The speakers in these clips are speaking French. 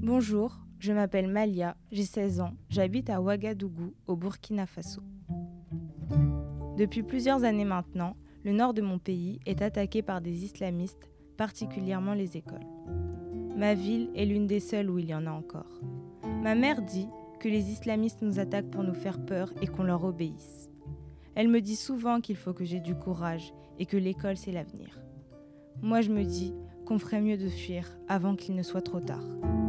Bonjour, je m'appelle Malia, j'ai 16 ans, j'habite à Ouagadougou, au Burkina Faso. Depuis plusieurs années maintenant, le nord de mon pays est attaqué par des islamistes, particulièrement les écoles. Ma ville est l'une des seules où il y en a encore. Ma mère dit que les islamistes nous attaquent pour nous faire peur et qu'on leur obéisse. Elle me dit souvent qu'il faut que j'ai du courage et que l'école c'est l'avenir. Moi je me dis qu'on ferait mieux de fuir avant qu'il ne soit trop tard.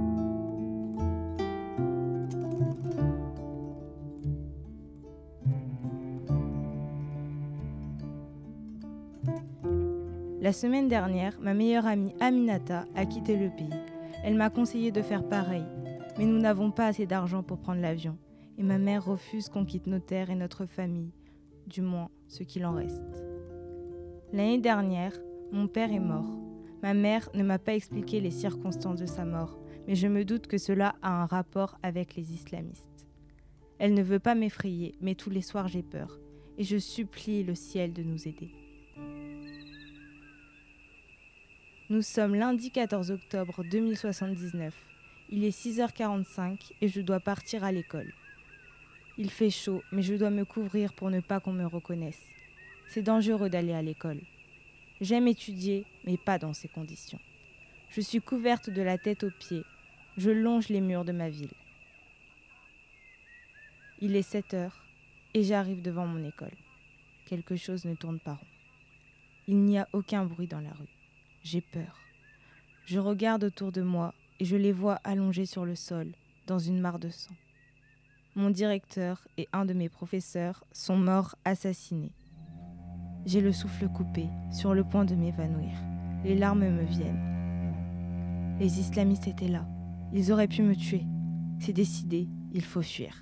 La semaine dernière, ma meilleure amie Aminata a quitté le pays. Elle m'a conseillé de faire pareil, mais nous n'avons pas assez d'argent pour prendre l'avion. Et ma mère refuse qu'on quitte nos terres et notre famille, du moins ce qu'il en reste. L'année dernière, mon père est mort. Ma mère ne m'a pas expliqué les circonstances de sa mort, mais je me doute que cela a un rapport avec les islamistes. Elle ne veut pas m'effrayer, mais tous les soirs j'ai peur, et je supplie le ciel de nous aider. Nous sommes lundi 14 octobre 2079. Il est 6h45 et je dois partir à l'école. Il fait chaud, mais je dois me couvrir pour ne pas qu'on me reconnaisse. C'est dangereux d'aller à l'école. J'aime étudier, mais pas dans ces conditions. Je suis couverte de la tête aux pieds. Je longe les murs de ma ville. Il est 7h et j'arrive devant mon école. Quelque chose ne tourne pas rond. Il n'y a aucun bruit dans la rue. J'ai peur. Je regarde autour de moi et je les vois allongés sur le sol, dans une mare de sang. Mon directeur et un de mes professeurs sont morts assassinés. J'ai le souffle coupé, sur le point de m'évanouir. Les larmes me viennent. Les islamistes étaient là. Ils auraient pu me tuer. C'est décidé, il faut fuir.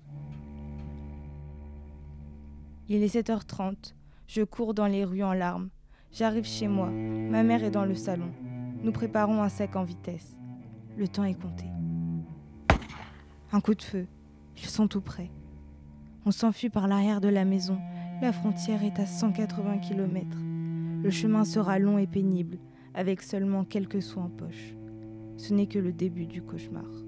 Il est 7h30. Je cours dans les rues en larmes. J'arrive chez moi. Ma mère est dans le salon. Nous préparons un sac en vitesse. Le temps est compté. Un coup de feu. Ils sont tout près. On s'enfuit par l'arrière de la maison. La frontière est à 180 km. Le chemin sera long et pénible, avec seulement quelques sous en poche. Ce n'est que le début du cauchemar.